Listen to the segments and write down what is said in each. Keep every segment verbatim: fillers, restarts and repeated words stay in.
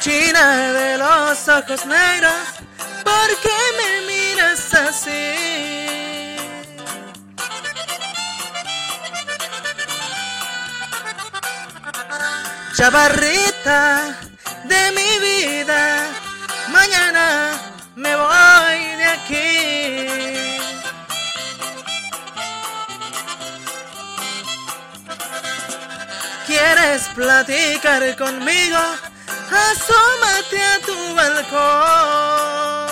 China de los ojos negros, ¿por qué me miras así? Chaparrita de mi vida, mañana me voy de aquí. ¿Quieres platicar conmigo? Asómate a tu balcón.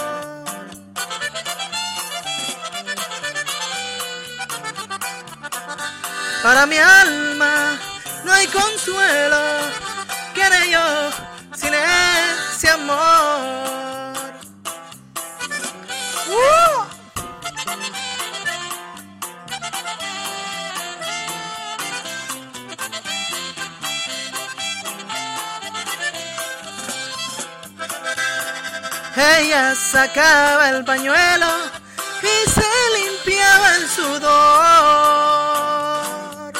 Para mi alma no hay consuelo, que haré yo sin ese amor. ¡Uh! Ella sacaba el pañuelo y se limpiaba el sudor.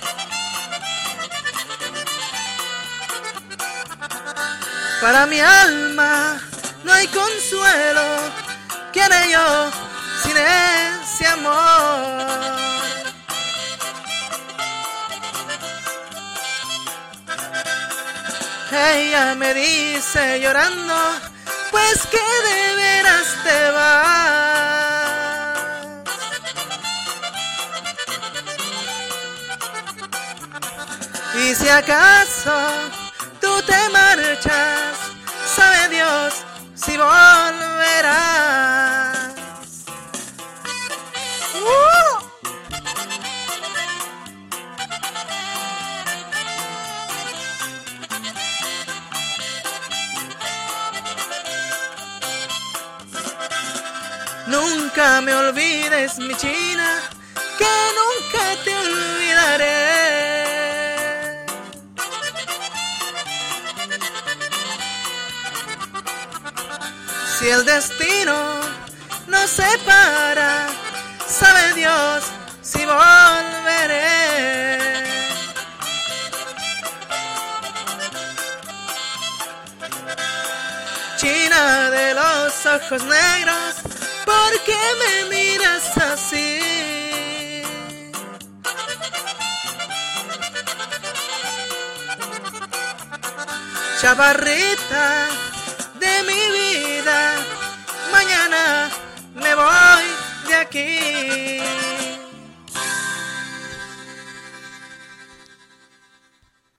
Para mi alma no hay consuelo, ¿qué haré yo sin ese amor? Ella me dice llorando, pues que de veras te vas. Y si acaso tú te marchas, sabe Dios si volverás. ¡Uh! Nunca me olvides, mi China, que nunca te olvidaré. Si el destino nos separa, sabe Dios si volveré. China de los ojos negros, ¿por qué me miras así? Chaparrita de mi vida,